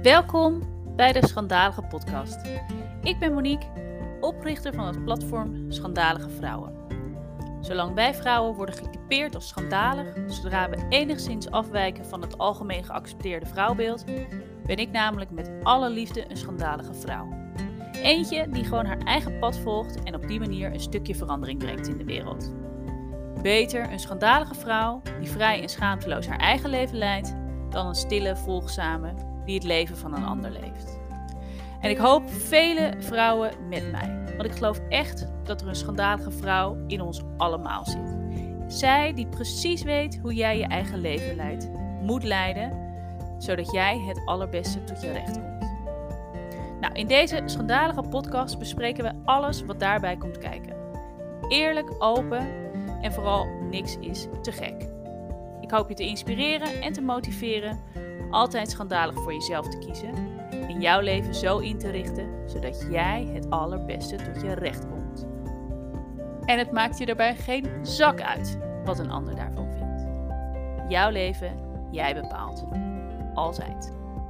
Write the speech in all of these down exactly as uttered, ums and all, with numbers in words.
Welkom bij de Schandalige podcast. Ik ben Monique, oprichter van het platform Schandalige Vrouwen. Zolang wij vrouwen worden getypeerd als schandalig, zodra we enigszins afwijken van het algemeen geaccepteerde vrouwbeeld, ben ik namelijk met alle liefde een schandalige vrouw. Eentje die gewoon haar eigen pad volgt en op die manier een stukje verandering brengt in de wereld. Beter een schandalige vrouw die vrij en schaamteloos haar eigen leven leidt, dan een stille, volgzame die het leven van een ander leeft. En ik hoop vele vrouwen met mij, want ik geloof echt dat er een schandalige vrouw in ons allemaal zit. Zij die precies weet hoe jij je eigen leven leidt, moet leiden, zodat jij het allerbeste tot je recht komt. Nou, in deze schandalige podcast bespreken we alles wat daarbij komt kijken. Eerlijk, open en vooral niks is te gek. Ik hoop je te inspireren en te motiveren altijd schandalig voor jezelf te kiezen en jouw leven zo in te richten, zodat jij het allerbeste tot je recht komt. En het maakt je daarbij geen zak uit wat een ander daarvan vindt. Jouw leven, jij bepaalt. Altijd.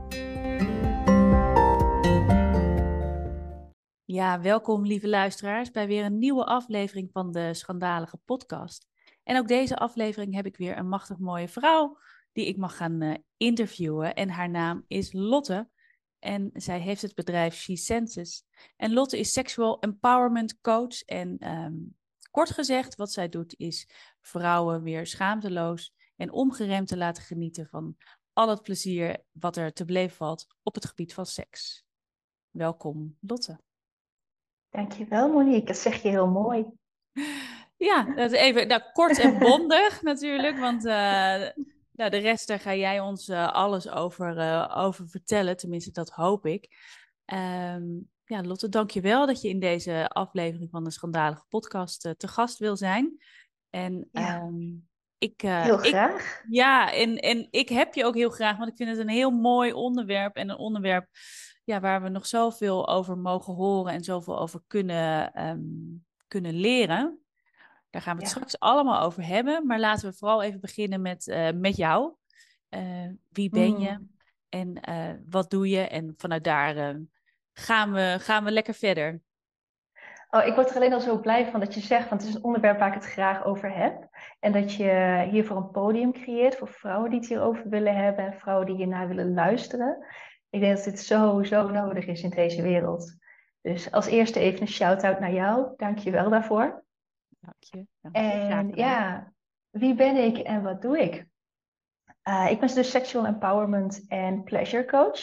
Ja, welkom lieve luisteraars bij weer een nieuwe aflevering van de Schandalige podcast. En ook deze aflevering heb ik weer een machtig mooie vrouw die ik mag gaan uh, interviewen. En haar naam is Lotte. En zij heeft het bedrijf She Senses. En Lotte is sexual empowerment coach. En um, kort gezegd, wat zij doet is vrouwen weer schaamteloos en ongeremd te laten genieten van al het plezier wat er te beleven valt op het gebied van seks. Welkom, Lotte. Dankjewel, Monique. Dat zeg je heel mooi. Ja, dat is even nou, kort en bondig natuurlijk, want uh, nou, de rest daar ga jij ons uh, alles over, uh, over vertellen, tenminste dat hoop ik. Um, ja, Lotte, dank je wel dat je in deze aflevering van de Schandalige podcast uh, te gast wil zijn. En Ja, um, ik, uh, heel ik, graag. Ja, en, en ik heb je ook heel graag, want ik vind het een heel mooi onderwerp en een onderwerp ja, waar we nog zoveel over mogen horen en zoveel over kunnen, um, kunnen leren. Daar gaan we het Ja. straks allemaal over hebben. Maar laten we vooral even beginnen met, uh, met jou. Uh, wie ben je? Mm. En uh, wat doe je? En vanuit daar uh, gaan, we, gaan we lekker verder. Oh, ik word er alleen al zo blij van dat je zegt, want het is een onderwerp waar ik het graag over heb. En dat je hiervoor een podium creëert voor vrouwen die het hierover willen hebben en vrouwen die hiernaar willen luisteren. Ik denk dat dit zo, zo nodig is in deze wereld. Dus als eerste even een shout-out naar jou. Dank je wel daarvoor. Dank je. Dank je. En ja, wie ben ik en wat doe ik? Uh, ik ben dus sexual empowerment en pleasure coach.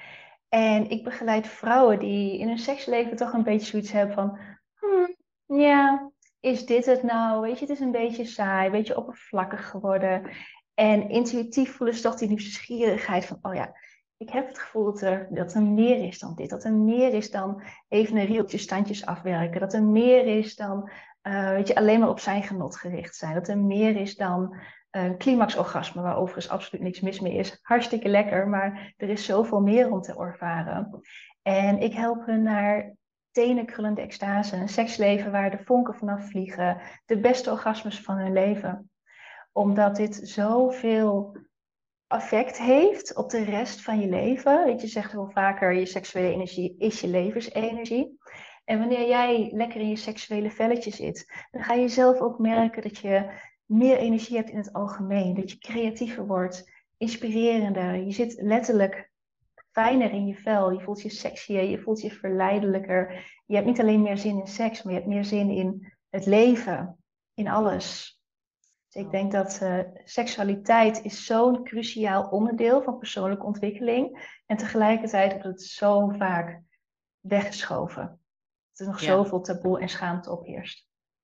En ik begeleid vrouwen die in hun seksleven toch een beetje zoiets hebben van... Hmm, ja, is dit het nou? Weet je, het is een beetje saai, een beetje oppervlakkig geworden. En intuïtief voelen ze toch die nieuwsgierigheid van... Oh ja, ik heb het gevoel dat er, dat er meer is dan dit. Dat er meer is dan even een rieltje standjes afwerken. Dat er meer is dan uh, weet je, alleen maar op zijn genot gericht zijn. Dat er meer is dan... Een climaxorgasme, waar overigens absoluut niks mis mee is. Hartstikke lekker, maar er is zoveel meer om te ervaren. En ik help hen naar tenenkrullende extase, een seksleven waar de vonken vanaf vliegen, de beste orgasmes van hun leven. Omdat dit zoveel effect heeft op de rest van je leven. Weet je, zegt wel vaker, je seksuele energie is je levensenergie. En wanneer jij lekker in je seksuele velletje zit, dan ga je zelf ook merken dat je meer energie hebt in het algemeen. Dat je creatiever wordt, inspirerender. Je zit letterlijk fijner in je vel. Je voelt je sexier, je voelt je verleidelijker. Je hebt niet alleen meer zin in seks, maar je hebt meer zin in het leven. In alles. Dus ik denk dat uh, seksualiteit is zo'n cruciaal onderdeel van persoonlijke ontwikkeling. En tegelijkertijd wordt het zo vaak weggeschoven. Dat er nog Ja. zoveel taboe en schaamte opheerst.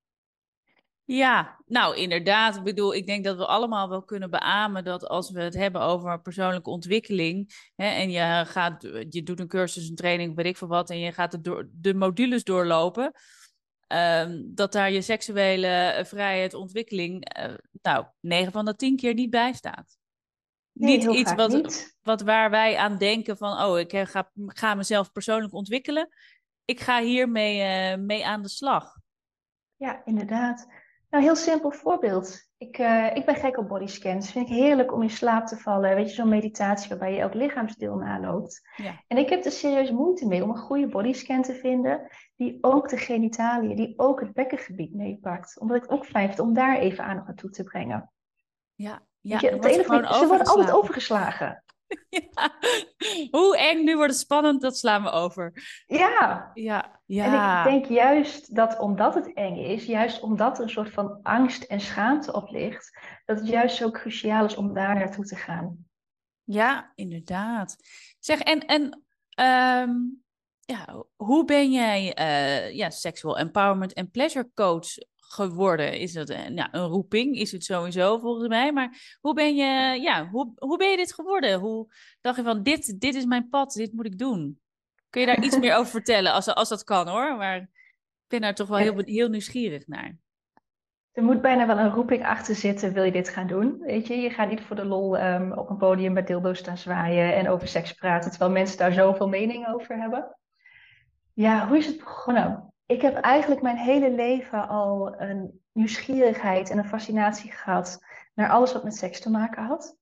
Ja, nou inderdaad. Ik bedoel, ik denk dat we allemaal wel kunnen beamen dat als we het hebben over persoonlijke ontwikkeling, hè, en je gaat, je doet een cursus, een training, weet ik veel wat, en je gaat de, door, de modules doorlopen, um, dat daar je seksuele vrijheid, ontwikkeling, uh, nou, negen van de tien keer niet bij staat. Nee, Niet heel iets vaak wat, niet. wat waar wij aan denken van, oh, ik ga, ga mezelf persoonlijk ontwikkelen. Ik ga hiermee uh, mee aan de slag. Ja, inderdaad. Nou, heel simpel voorbeeld. Ik, uh, ik ben gek op bodyscans. Vind ik heerlijk om in slaap te vallen. Weet je, zo'n meditatie waarbij je elk lichaamsdeel naloopt. Ja. En ik heb er serieus moeite mee om een goede bodyscan te vinden. Die ook de genitaliën, die ook het bekkengebied meepakt. Omdat ik het ook fijn vind om daar even aandacht naartoe te brengen. Ja, Weet ja, je, er op de wordt een of gewoon andere, ze worden altijd overgeslagen. overgeslagen. Ja. Hoe eng, nu wordt het spannend, dat slaan we over. Ja. Ja, En ik ja, denk juist dat omdat het eng is, juist omdat er een soort van angst en schaamte op ligt, dat het juist zo cruciaal is om daar naartoe te gaan. ja, inderdaad. Zeg, en, en ehm, ja, hoe ben jij eh, ja, sexual empowerment en pleasure coach geworden? Is dat een, ja, een roeping? Is het sowieso volgens mij? Maar hoe ben je, ja, hoe, hoe ben je dit geworden? Hoe dacht je van, dit, dit is mijn pad, dit moet ik doen? Kun je daar iets meer over vertellen, als, als dat kan hoor? Maar ik ben daar toch wel heel, Ja, be- heel nieuwsgierig naar. er moet bijna wel een roeping achter zitten, wil je dit gaan doen? Weet je, je gaat niet voor de lol ehm, op een podium met dildo's staan zwaaien en over seks praten, terwijl mensen daar zoveel mening over hebben. Ja, hoe is het begonnen? Ik heb eigenlijk mijn hele leven al een nieuwsgierigheid en een fascinatie gehad naar alles wat met seks te maken had.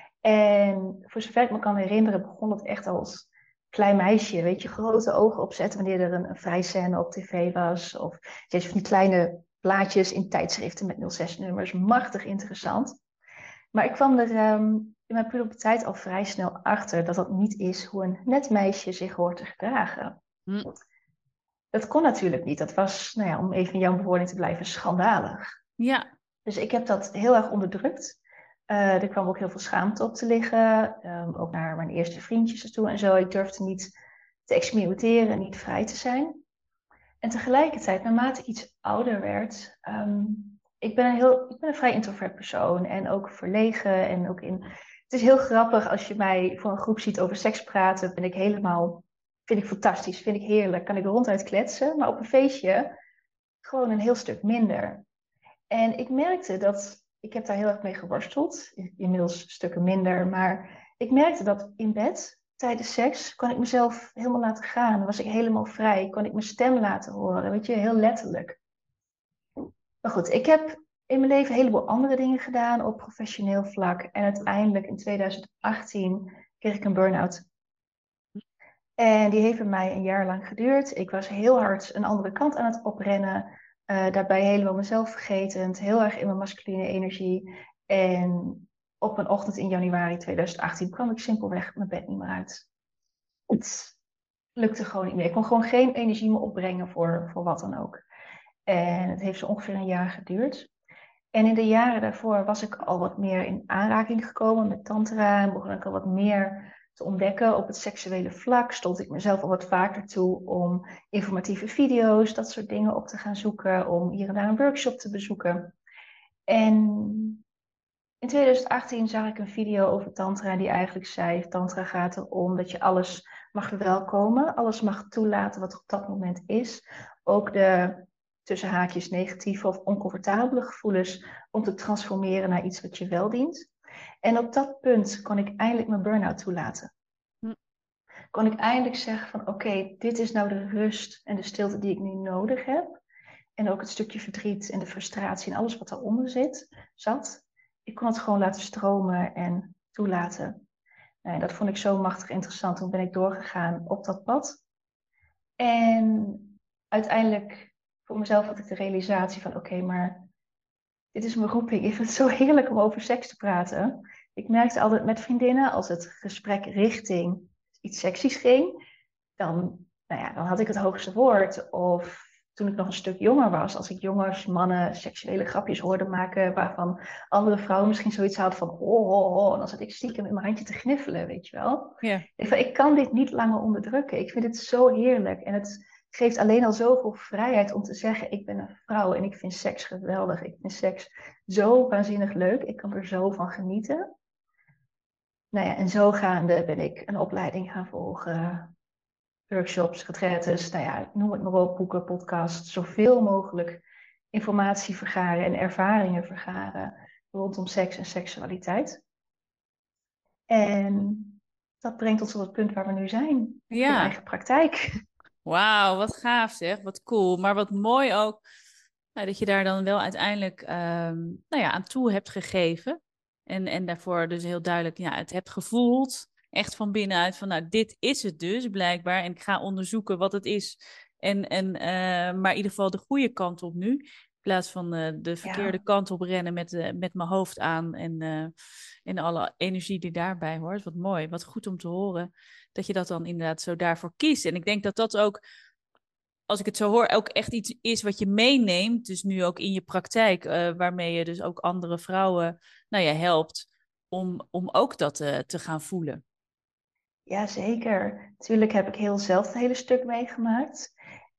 En voor zover ik me kan herinneren, begon het echt als klein meisje. Weet je, grote ogen opzetten wanneer er een, een vrijscène op tv was. Of steeds van die kleine plaatjes in tijdschriften met nul zes nummers. Machtig interessant. Maar ik kwam er ehm, in mijn puberteit al vrij snel achter dat dat niet is hoe een net meisje zich hoort te gedragen. Hm. Dat kon natuurlijk niet. Dat was, nou ja, om even in jouw bewoording te blijven, schandalig. Ja, Dus ik heb dat heel erg onderdrukt. Uh, er kwam ook heel veel schaamte op te liggen. Um, ook naar mijn eerste vriendjes toe en zo. Ik durfde niet te experimenteren en niet vrij te zijn. En tegelijkertijd, naarmate ik iets ouder werd, um, ik ben een heel, ik ben een vrij introvert persoon en ook verlegen en ook in. Het is heel grappig als je mij voor een groep ziet over seks praten, ben ik helemaal, vind ik fantastisch, vind ik heerlijk, kan ik ronduit kletsen, maar op een feestje gewoon een heel stuk minder. En ik merkte dat, ik heb daar heel erg mee geworsteld, inmiddels stukken minder, maar ik merkte dat in bed, tijdens seks, kon ik mezelf helemaal laten gaan. Was ik helemaal vrij, kon ik mijn stem laten horen, weet je, heel letterlijk. Maar goed, ik heb in mijn leven een heleboel andere dingen gedaan op professioneel vlak. En uiteindelijk in twintig achttien kreeg ik een burn-out. En die heeft bij mij een jaar lang geduurd. Ik was heel hard een andere kant aan het oprennen. Uh, daarbij helemaal mezelf vergetend. Heel erg in mijn masculine energie. En op een ochtend in januari twintig achttien kwam ik simpelweg mijn bed niet meer uit. Het lukte gewoon niet meer. Ik kon gewoon geen energie meer opbrengen voor, voor wat dan ook. En het heeft zo ongeveer een jaar geduurd. En in de jaren daarvoor was ik al wat meer in aanraking gekomen met tantra. En begon ik al wat meer te ontdekken op het seksuele vlak. Stond ik mezelf al wat vaker toe om informatieve video's, dat soort dingen op te gaan zoeken. Om hier en daar een workshop te bezoeken. En in twintig achttien zag ik een video over tantra die eigenlijk zei: tantra gaat erom dat je alles mag verwelkomen. Alles mag toelaten wat er op dat moment is. Ook de tussen haakjes negatieve of oncomfortabele gevoelens, om te transformeren naar iets wat je wel dient. En op dat punt kon ik eindelijk mijn burn-out toelaten. Hm. Kon ik eindelijk zeggen van oké, okay, dit is nou de rust en de stilte die ik nu nodig heb. En ook het stukje verdriet en de frustratie en alles wat daaronder zit, zat. Ik kon het gewoon laten stromen en toelaten. En dat vond ik zo machtig interessant. Toen ben ik doorgegaan op dat pad. En uiteindelijk voor mezelf had ik de realisatie van oké, okay, maar dit is mijn roeping. Ik vind het zo heerlijk om over seks te praten. Ik merkte altijd met vriendinnen, als het gesprek richting iets seksies ging, dan, nou ja, dan had ik het hoogste woord. Of toen ik nog een stuk jonger was, als ik jongens, mannen seksuele grapjes hoorde maken, waarvan andere vrouwen misschien zoiets hadden van oh, oh, oh. En dan zat ik stiekem in mijn handje te gniffelen, weet je wel. ja. Ik, ik kan dit niet langer onderdrukken. Ik vind het zo heerlijk. En het geeft alleen al zoveel vrijheid om te zeggen: ik ben een vrouw en ik vind seks geweldig. Ik vind seks zo waanzinnig leuk. Ik kan er zo van genieten. Nou ja, en zo gaande ben ik een opleiding gaan volgen. Workshops, retraites, nou ja, noem het maar op, boeken, podcasts. Zoveel mogelijk informatie vergaren en ervaringen vergaren rondom seks en seksualiteit. En dat brengt ons tot het punt waar we nu zijn. Ik heb een Ja. eigen praktijk. Wauw, wat gaaf zeg, wat cool. Maar wat mooi ook Nou, dat je daar dan wel uiteindelijk ehm, nou ja, aan toe hebt gegeven. En, en daarvoor dus heel duidelijk ja, het hebt gevoeld. Echt van binnenuit van nou, dit is het dus blijkbaar. En ik ga onderzoeken wat het is. En, en, eh, maar in ieder geval de goede kant op nu. In plaats van eh, de verkeerde Ja, kant op rennen met, eh, met mijn hoofd aan. En, eh, en alle energie die daarbij hoort. Wat mooi, wat goed om te horen. Dat je dat dan inderdaad zo daarvoor kiest. En ik denk dat dat ook als ik het zo hoor, ook echt iets is wat je meeneemt. Dus nu ook in je praktijk, uh, waarmee je dus ook andere vrouwen nou ja, helpt om, om ook dat uh, te gaan voelen. ja, zeker. Natuurlijk heb ik heel zelf het hele stuk meegemaakt.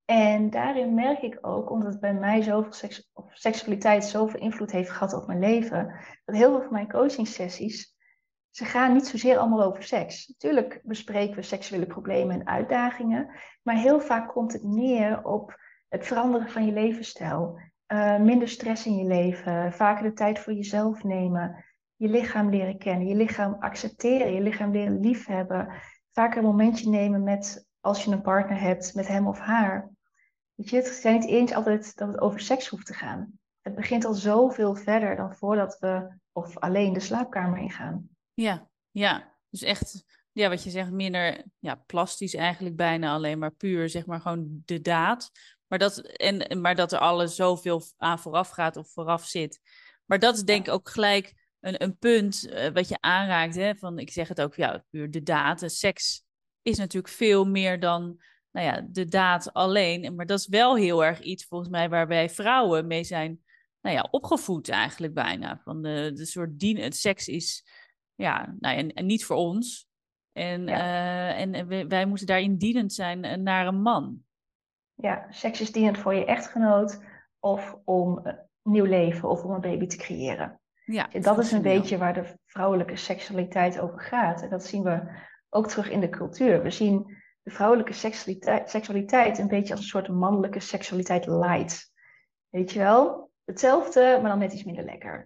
En daarin merk ik ook, omdat het bij mij zoveel seks, of seksualiteit zoveel invloed heeft gehad op mijn leven, dat heel veel van mijn coachingsessies, ze gaan niet zozeer allemaal over seks. Natuurlijk bespreken we seksuele problemen en uitdagingen, maar heel vaak komt het neer op het veranderen van je levensstijl. Uh, minder stress in je leven, vaker de tijd voor jezelf nemen, je lichaam leren kennen, je lichaam accepteren, je lichaam leren liefhebben. Vaker een momentje nemen met, als je een partner hebt, met hem of haar. Weet je, het is niet eens altijd dat het over seks hoeft te gaan. Het begint al zoveel verder dan voordat we of alleen de slaapkamer ingaan. Ja, ja. Dus echt, ja, wat je zegt, minder ja, plastisch eigenlijk bijna alleen maar puur, zeg maar gewoon de daad. Maar dat, en, maar dat er alles zoveel aan vooraf gaat of vooraf zit. Maar dat is denk ik Ja, ook gelijk een, een punt uh, wat je aanraakt. Hè, van, ik zeg het ook, ja, puur de daad. De seks is natuurlijk veel meer dan nou ja, de daad alleen. Maar dat is wel heel erg iets volgens mij waarbij vrouwen mee zijn nou ja, opgevoed eigenlijk bijna. Van de, de soort dien, het seks is ja, nou, en, en niet voor ons. En, ja, uh, en wij, wij moeten daarin dienend zijn naar een man. ja. Seks is dienend voor je echtgenoot of om een nieuw leven of om een baby te creëren. Ja, Dat is een functioneel. beetje waar de vrouwelijke seksualiteit over gaat. En dat zien we ook terug in de cultuur. We zien de vrouwelijke seksualiteit, seksualiteit een beetje als een soort mannelijke seksualiteit light. Weet je wel? Hetzelfde, maar dan net iets minder lekker.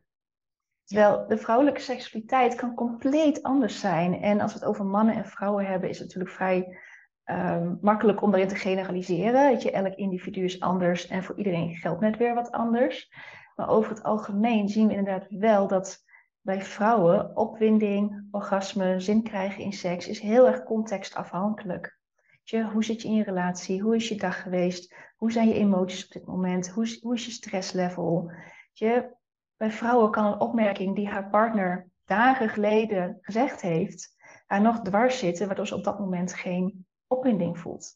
Ja, Terwijl de vrouwelijke seksualiteit kan compleet anders zijn. En als we het over mannen en vrouwen hebben, is het natuurlijk vrij um, makkelijk om daarin te generaliseren. Weet je, elk individu is anders en voor iedereen geldt net weer wat anders. Maar over het algemeen zien we inderdaad wel dat bij vrouwen opwinding, orgasme, zin krijgen in seks is heel erg contextafhankelijk. Je, hoe zit je in je relatie? Hoe is je dag geweest? Hoe zijn je emoties op dit moment? Hoe is, hoe is je stresslevel? Je, bij vrouwen kan een opmerking die haar partner dagen geleden gezegd heeft, haar nog dwars zitten, waardoor ze op dat moment geen opwinding voelt.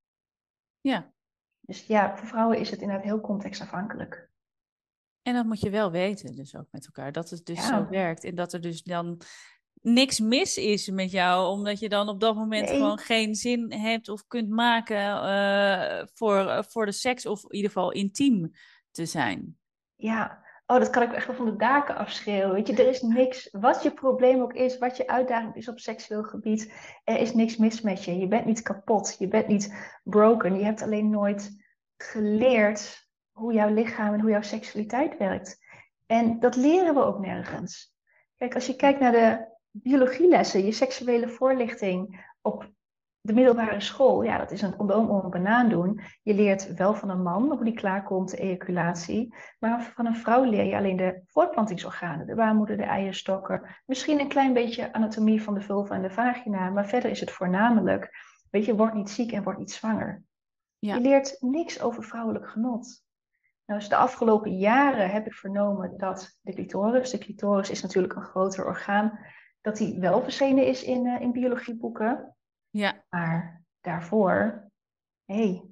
ja. Dus ja, voor vrouwen is het inderdaad heel contextafhankelijk. En dat moet je wel weten, dus ook met elkaar, dat het dus zo Ja, werkt. En dat er dus dan niks mis is met jou, omdat je dan op dat moment gewoon nee, geen zin hebt of kunt maken uh, voor, uh, voor de seks of in ieder geval intiem te zijn. ja. Oh, dat kan ik echt wel van de daken afschreeuwen. Weet je, er is niks, wat je probleem ook is, wat je uitdaging is op seksueel gebied, er is niks mis met je. Je bent niet kapot, je bent niet broken. Je hebt alleen nooit geleerd hoe jouw lichaam en hoe jouw seksualiteit werkt. En dat leren we ook nergens. Kijk, als je kijkt naar de biologielessen, je seksuele voorlichting op de middelbare school, ja, dat is een condoom om een banaan doen. Je leert wel van een man hoe die klaarkomt, de ejaculatie. Maar van een vrouw leer je alleen de voortplantingsorganen, de baarmoeder, de eierstokken. Misschien een klein beetje anatomie van de vulva en de vagina. Maar verder is het voornamelijk, weet je, word niet ziek en word niet zwanger. Je Ja, leert niks over vrouwelijk genot. Nou, dus de afgelopen jaren heb ik vernomen dat de clitoris, de clitoris is natuurlijk een groter orgaan, dat die wel verschenen is in, uh, in biologieboeken. ja. Maar daarvoor, nee,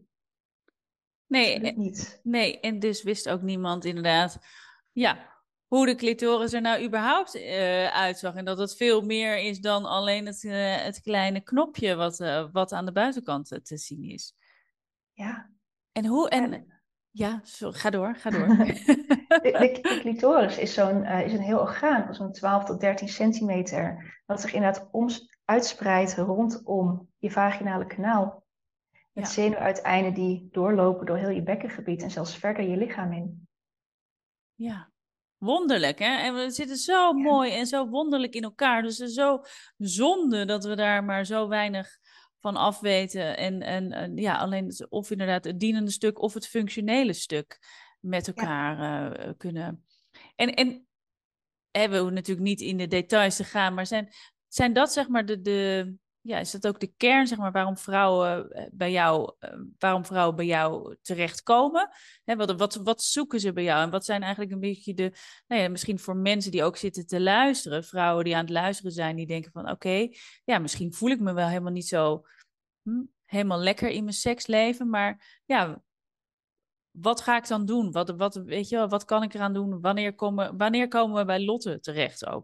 Nee, absoluut eh, niet. nee, en dus wist ook niemand inderdaad, ja, hoe de clitoris er nou überhaupt uh, uitzag. En dat het veel meer is dan alleen het, uh, het kleine knopje wat, uh, wat aan de buitenkant uh, te zien is. Ja, En hoe, en ja. ja, zo, ga door, ga door. De, de, de clitoris is, zo'n, uh, is een heel orgaan van zo'n twaalf tot dertien centimeter, dat zich inderdaad oms, uitspreidt rondom je vaginale kanaal. Met Ja, zenuwuiteinden die doorlopen door heel je bekkengebied en zelfs verder je lichaam in. ja. Wonderlijk, hè? En we zitten zo Ja, mooi en zo wonderlijk in elkaar. Dus het is zo zonde dat we daar maar zo weinig van afweten. En, en, en ja, alleen het- of inderdaad het dienende stuk of het functionele stuk. met Ja. elkaar uh, kunnen. En, en hè, we hoeven natuurlijk niet in de details te gaan, maar zijn, zijn dat zeg maar de, de, ja, is dat ook de kern, zeg maar, waarom vrouwen eh, bij jou, uh, waarom vrouwen bij jou terechtkomen? Hè, wat, wat, wat zoeken ze bij jou? En wat zijn eigenlijk een beetje de, nou ja, misschien voor mensen die ook zitten te luisteren, vrouwen die aan het luisteren zijn, die denken van, oké, okay, ja, misschien voel ik me wel helemaal niet zo hm, helemaal lekker in mijn seksleven, maar ja, wat ga ik dan doen? Wat, wat, weet je wel, wat kan ik eraan doen? Wanneer komen, wanneer komen we bij Lotte terecht ook?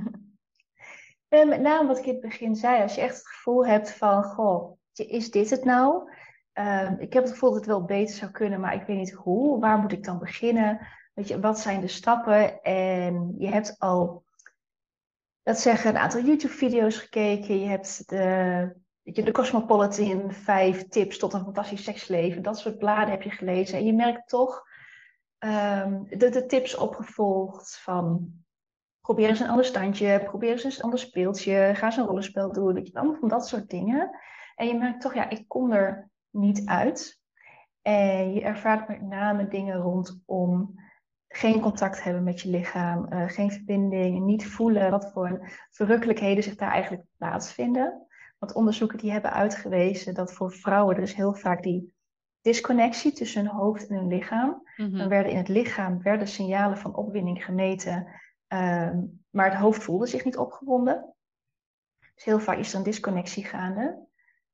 En met name wat ik in het begin zei, als je echt het gevoel hebt van, goh, is dit het nou? Um, ik heb het gevoel dat het wel beter zou kunnen, maar ik weet niet hoe. Waar moet ik dan beginnen? Weet je, wat zijn de stappen? En je hebt al, dat zeggen, een aantal YouTube-video's gekeken. Je hebt de, weet je, de Cosmopolitan vijf tips tot een fantastisch seksleven. Dat soort bladen heb je gelezen. En je merkt toch um, de, de tips opgevolgd van... Probeer eens een ander standje, probeer eens een ander speeltje, ga eens een rollenspel doen. Weet je, allemaal van dat soort dingen. En je merkt toch, ja, ik kom er niet uit. En je ervaart met name dingen rondom geen contact hebben met je lichaam, uh, geen verbinding, niet voelen wat voor verrukkelijkheden zich daar eigenlijk plaatsvinden. Want onderzoeken die hebben uitgewezen dat voor vrouwen er is heel vaak die disconnectie tussen hun hoofd en hun lichaam. Mm-hmm. Dan werden in het lichaam werden signalen van opwinding gemeten. Um, maar het hoofd voelde zich niet opgewonden. Dus heel vaak is er een disconnectie gaande.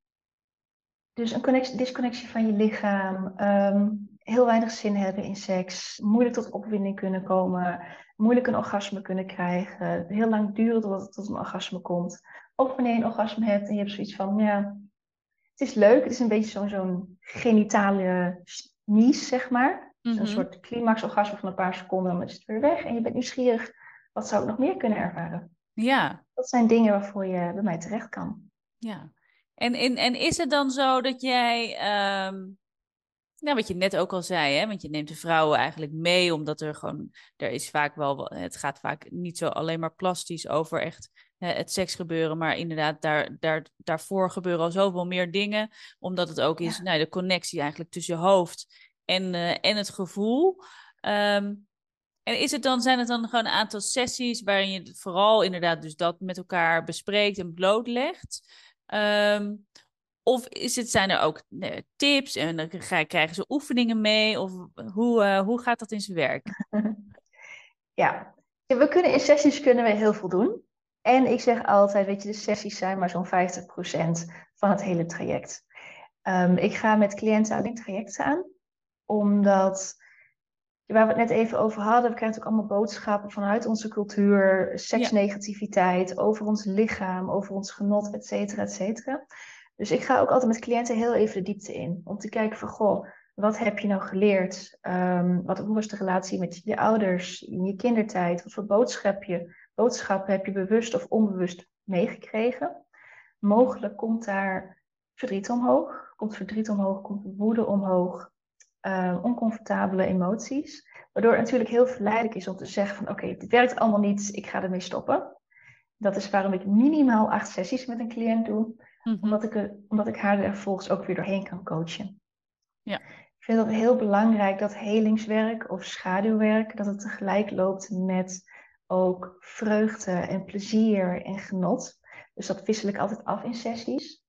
Dus een connectie, disconnectie van je lichaam. Um, heel weinig zin hebben in seks. Moeilijk tot opwinding kunnen komen. Moeilijk een orgasme kunnen krijgen. Heel lang duren totdat het tot een orgasme komt. Of wanneer je een orgasme hebt en je hebt zoiets van... ja, het is leuk. Het is een beetje zo'n, zo'n genitale sneeze, zeg maar. Dus Mm-hmm. een soort climax-orgasme van een paar seconden. Dan is het weer weg. En je bent nieuwsgierig. Wat zou ik nog meer kunnen ervaren? Ja. Dat zijn dingen waarvoor je bij mij terecht kan. Ja. En, en, en is het dan zo dat jij, um, nou wat je net ook al zei, hè, want je neemt de vrouwen eigenlijk mee, omdat er gewoon, er is vaak wel, het gaat vaak niet zo alleen maar plastisch over echt hè, het seksgebeuren, maar inderdaad daar, daar, daarvoor gebeuren al zoveel meer dingen, omdat het ook is, Ja. nou, de connectie eigenlijk tussen je hoofd en, uh, en het gevoel. Um, En is het dan, zijn het dan gewoon een aantal sessies waarin je vooral inderdaad dus dat met elkaar bespreekt en blootlegt? Um, of is het, zijn er ook nee, tips en dan krijgen ze oefeningen mee? Of hoe, uh, hoe gaat dat in zijn werk? Ja, we kunnen in sessies kunnen we heel veel doen. En ik zeg altijd, weet je, de sessies zijn maar zo'n vijftig procent van het hele traject. Um, ik ga met cliënten alleen trajecten aan, omdat... Waar we het net even over hadden, we krijgen ook allemaal boodschappen vanuit onze cultuur, seksnegativiteit, over ons lichaam, over ons genot, et cetera, et cetera. Dus ik ga ook altijd met cliënten heel even de diepte in, om te kijken van, goh, wat heb je nou geleerd? Um, wat, hoe was de relatie met je ouders in je kindertijd? Wat voor boodschap je, boodschappen heb je bewust of onbewust meegekregen? Mogelijk komt daar verdriet omhoog, komt verdriet omhoog, komt woede omhoog. Uh, oncomfortabele emoties. Waardoor het natuurlijk heel verleidelijk is om te zeggen van oké, okay, dit werkt allemaal niet, ik ga ermee stoppen. Dat is waarom ik minimaal acht sessies met een cliënt doe. Mm-hmm. Omdat, ik, omdat ik haar er vervolgens ook weer doorheen kan coachen. Ja. Ik vind het heel belangrijk dat helingswerk of schaduwwerk, dat het tegelijk loopt met ook vreugde en plezier en genot. Dus dat wissel ik altijd af in sessies.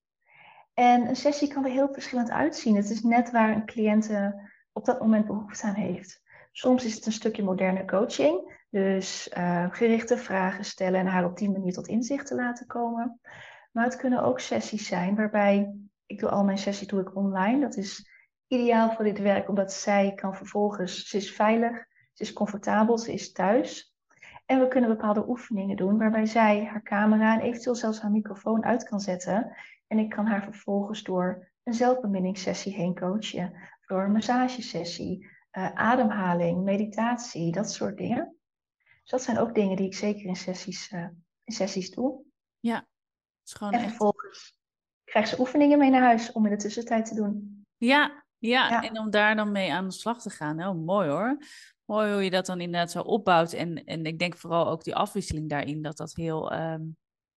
En een sessie kan er heel verschillend uitzien. Het is net waar een cliënt op dat moment behoefte aan heeft. Soms is het een stukje moderne coaching. Dus uh, gerichte vragen stellen en haar op die manier tot inzicht te laten komen. Maar het kunnen ook sessies zijn waarbij, ik doe al mijn sessies doe ik online. Dat is ideaal voor dit werk, omdat zij kan vervolgens, ze is veilig, ze is comfortabel, ze is thuis. En we kunnen bepaalde oefeningen doen waarbij zij haar camera en eventueel zelfs haar microfoon uit kan zetten. En ik kan haar vervolgens door een zelfbeminningssessie heen coachen. Door een massagesessie, uh, ademhaling, meditatie, dat soort dingen. Dus dat zijn ook dingen die ik zeker in sessies, uh, in sessies doe. Ja, het is gewoon en echt... vervolgens krijgt ze oefeningen mee naar huis om in de tussentijd te doen. Ja, ja, ja. en om daar dan mee aan de slag te gaan. Oh, mooi hoor. Mooi hoe je dat dan inderdaad zo opbouwt. En, en ik denk vooral ook die afwisseling daarin, dat dat heel... Um...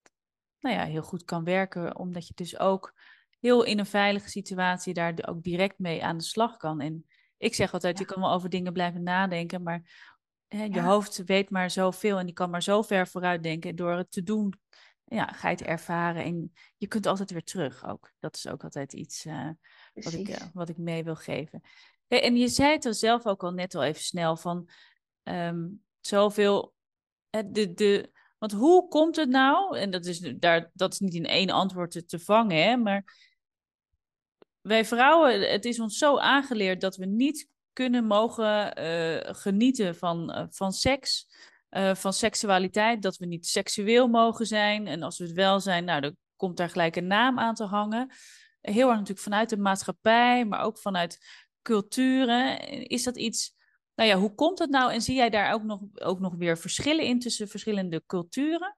nou ja, heel goed kan werken, omdat je dus ook heel in een veilige situatie daar ook direct mee aan de slag kan. En Ik zeg altijd, je Ja. kan wel over dingen blijven nadenken, maar hè, je Ja, hoofd weet maar zoveel en die kan maar zo ver vooruit denken. En door het te doen, ja, ga je het ervaren en je kunt altijd weer terug ook. Dat is ook altijd iets uh, wat ik, uh, precies. wat ik mee wil geven. Hey, en je zei het er zelf ook al net al even snel van um, zoveel, uh, de, de, want hoe komt het nou, en dat is, daar, dat is niet in één antwoord te, te vangen, hè, maar wij vrouwen, het is ons zo aangeleerd dat we niet kunnen mogen uh, genieten van, uh, van seks, uh, van seksualiteit, dat we niet seksueel mogen zijn. En als we het wel zijn, nou, dan komt daar gelijk een naam aan te hangen. Heel erg natuurlijk vanuit de maatschappij, maar ook vanuit culturen. Is dat iets, nou ja, hoe komt het nou? En zie jij daar ook nog, ook nog weer verschillen in tussen verschillende culturen?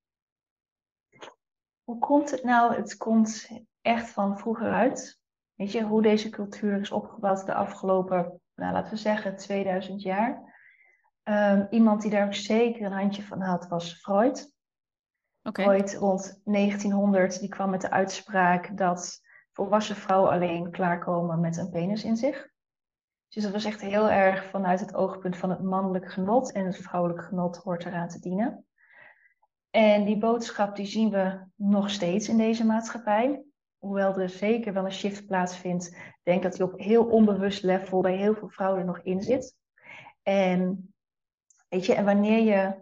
Hoe komt het nou? Het komt echt van vroeger uit. Weet je, hoe deze cultuur is opgebouwd de afgelopen, nou, laten we zeggen, tweeduizend jaar. Um, iemand die daar ook zeker een handje van had, was Freud. Oké. Okay. Freud rond negentienhonderd, die kwam met de uitspraak dat volwassen vrouwen alleen klaarkomen met een penis in zich. Dus dat was echt heel erg vanuit het oogpunt van het mannelijk genot en het vrouwelijk genot hoort eraan te dienen. En die boodschap die zien we nog steeds in deze maatschappij. Hoewel er zeker wel een shift plaatsvindt. Ik denk dat die op heel onbewust level bij heel veel vrouwen er nog in zit. En, weet je, en wanneer je,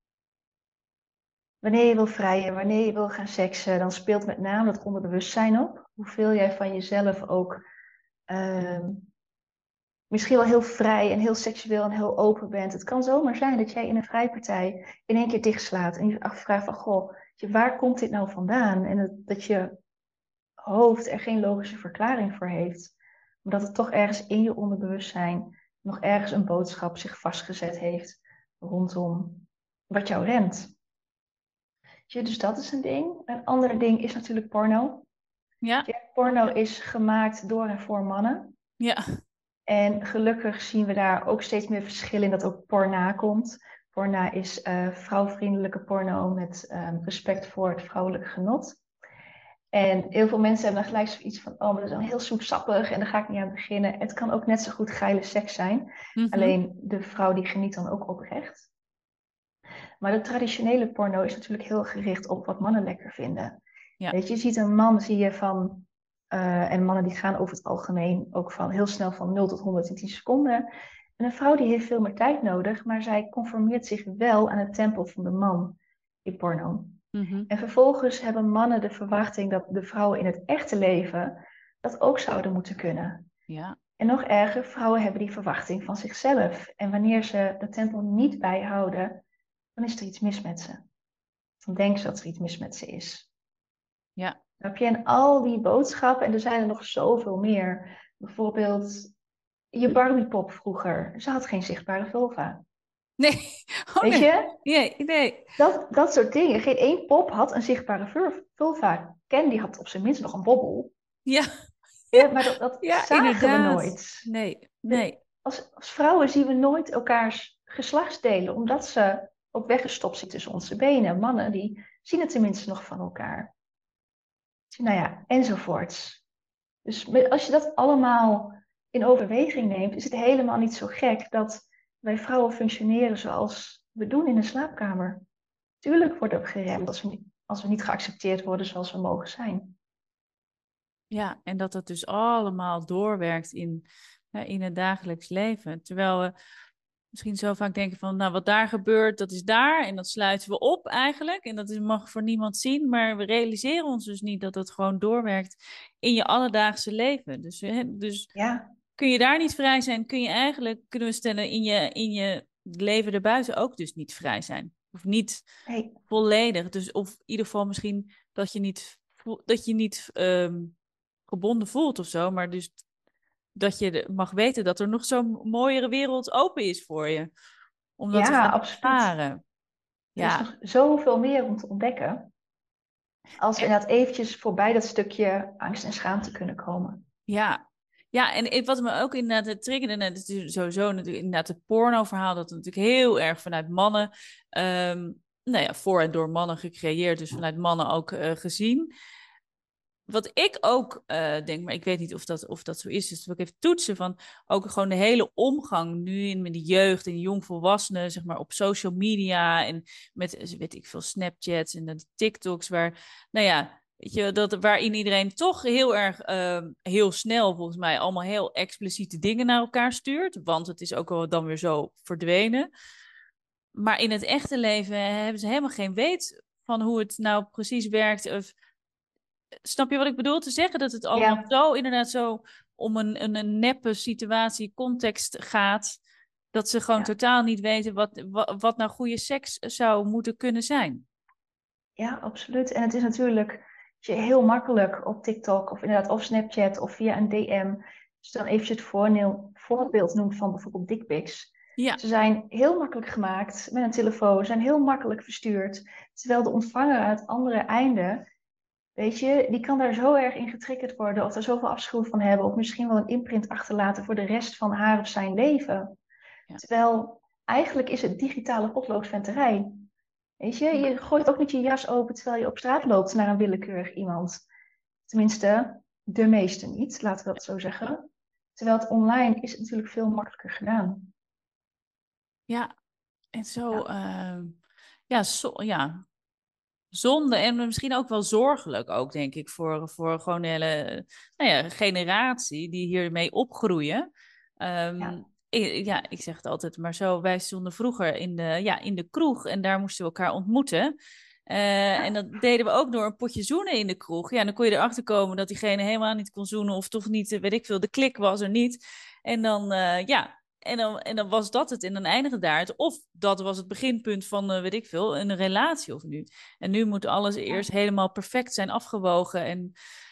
wanneer je wil vrijen, wanneer je wil gaan seksen, dan speelt met name dat onderbewustzijn op. Hoeveel jij van jezelf ook uh, misschien wel heel vrij en heel seksueel en heel open bent. Het kan zomaar zijn dat jij in een vrijpartij in één keer dichtslaat en je afvraagt van, goh, waar komt dit nou vandaan? En dat, dat je hoofd er geen logische verklaring voor heeft. Omdat het toch ergens in je onderbewustzijn nog ergens een boodschap zich vastgezet heeft rondom wat jou remt. Ja, dus dat is een ding. Een ander ding is natuurlijk porno. Ja. Ja, porno is gemaakt door en voor mannen. Ja. En gelukkig zien we daar ook steeds meer verschil in dat ook porna komt. Porna is uh, vrouwvriendelijke porno met uh, respect voor het vrouwelijk genot. En heel veel mensen hebben dan gelijk zoiets van, oh, maar dat is dan heel zoetsappig en daar ga ik niet aan beginnen. Het kan ook net zo goed geile seks zijn. Mm-hmm. Alleen de vrouw die geniet dan ook oprecht. Maar de traditionele porno is natuurlijk heel gericht op wat mannen lekker vinden. Ja. Weet je, je ziet een man, zie je van... Uh, en mannen die gaan over het algemeen ook van heel snel van nul tot honderd in tien seconden. En een vrouw die heeft veel meer tijd nodig, maar zij conformeert zich wel aan het tempo van de man in porno. Mm-hmm. En vervolgens hebben mannen de verwachting dat de vrouwen in het echte leven dat ook zouden moeten kunnen. Ja. En nog erger, vrouwen hebben die verwachting van zichzelf. En wanneer ze dat tempo niet bijhouden, dan is er iets mis met ze. Dan denken ze dat er iets mis met ze is. Ja. Dan heb je in al die boodschappen, en er zijn er nog zoveel meer. Bijvoorbeeld je Barbiepop vroeger. Ze had geen zichtbare vulva. Nee. Oh, weet nee. je? Nee, nee. Dat, dat soort dingen. Geen één pop had een zichtbare vulva. Ken die had op zijn minst nog een bobbel. Ja. Ja, maar dat, dat ja, zagen inderdaad. we nooit. Nee, nee. De, als, als vrouwen zien we nooit elkaars geslachtsdelen, omdat ze ook weggestopt zitten tussen onze benen. Mannen die zien het tenminste nog van elkaar. Nou ja, enzovoorts. Dus als je dat allemaal in overweging neemt, is het helemaal niet zo gek dat wij vrouwen functioneren zoals we doen in de slaapkamer. Tuurlijk wordt ook geremd als we, niet, als we niet geaccepteerd worden zoals we mogen zijn. Ja, en dat dat dus allemaal doorwerkt in, ja, in het dagelijks leven. Terwijl we misschien zo vaak denken van, nou, wat daar gebeurt, dat is daar. En dat sluiten we op eigenlijk. En dat is, mag voor niemand zien. Maar we realiseren ons dus niet dat dat gewoon doorwerkt in je alledaagse leven. Dus, hè, dus ja. kun je daar niet vrij zijn, kun je eigenlijk, kunnen we stellen, in je, in je leven erbuiten ook dus niet vrij zijn. Of niet hey. volledig. Dus, of in ieder geval misschien dat je niet, dat je niet um, gebonden voelt of zo. Maar dus dat je mag weten dat er nog zo'n mooiere wereld open is voor je. Om dat ja, te gaan absoluut. ervaren. Ja. Er is nog zoveel meer om te ontdekken. Als we en, inderdaad eventjes voorbij dat stukje angst en schaamte kunnen komen. Ja, ja, en wat me ook inderdaad triggerde, dat is sowieso natuurlijk inderdaad het porno-verhaal, dat natuurlijk heel erg vanuit mannen, um, nou ja, voor en door mannen gecreëerd, dus vanuit mannen ook uh, gezien. wat ik ook uh, denk, maar ik weet niet of dat, of dat zo is, dus dat ik even toetsen van ook gewoon de hele omgang nu in met de jeugd en jongvolwassenen, zeg maar op social media en met, weet ik veel, Snapchats en de TikToks, waar, nou ja, weet je, dat, waarin iedereen toch heel erg, uh, heel snel volgens mij allemaal heel expliciete dingen naar elkaar stuurt, want het is ook wel dan weer zo verdwenen. Maar in het echte leven hebben ze helemaal geen weet van hoe het nou precies werkt. Of, snap je wat ik bedoel te zeggen? Dat het allemaal Ja, zo inderdaad zo om een, een, een neppe situatie, context gaat. Dat ze gewoon ja, totaal niet weten wat, wat, wat nou goede seks zou moeten kunnen zijn. ja, absoluut. En het is natuurlijk als je heel makkelijk op TikTok of inderdaad of Snapchat of via een D M, dus dan eventjes het voorneel, voorbeeld noemt van bijvoorbeeld dickpics. Ja, Ze zijn heel makkelijk gemaakt met een telefoon, zijn heel makkelijk verstuurd. Terwijl de ontvanger aan het andere einde, weet je, die kan daar zo erg in getriggerd worden of er zoveel afschuw van hebben of misschien wel een imprint achterlaten voor de rest van haar of zijn leven. ja, Terwijl eigenlijk is het digitale potloodventerij. Weet je, ja. je gooit ook niet je jas open terwijl je op straat loopt naar een willekeurig iemand. Tenminste, de meeste niet, laten we dat zo zeggen. Terwijl het online is het natuurlijk veel makkelijker gedaan. Ja, en zo, Ja, uh, ja, zo, ja, zonde en misschien ook wel zorgelijk ook, denk ik, voor, voor gewoon de hele nou ja, generatie die hiermee opgroeien. Um, ja, ik, ja, ik zeg het altijd maar zo, wij stonden vroeger in de, ja, in de kroeg en daar moesten we elkaar ontmoeten. Uh, en ja, dat deden we ook door een potje zoenen in de kroeg. Ja, dan kon je erachter komen dat diegene helemaal niet kon zoenen of toch niet, weet ik veel, de klik was er niet. En dan, uh, ja, en dan, en dan was dat het en dan eindigde daar het. Of dat was het beginpunt van, uh, weet ik veel, een relatie of nu. En nu moet alles ja, eerst helemaal perfect zijn afgewogen. En,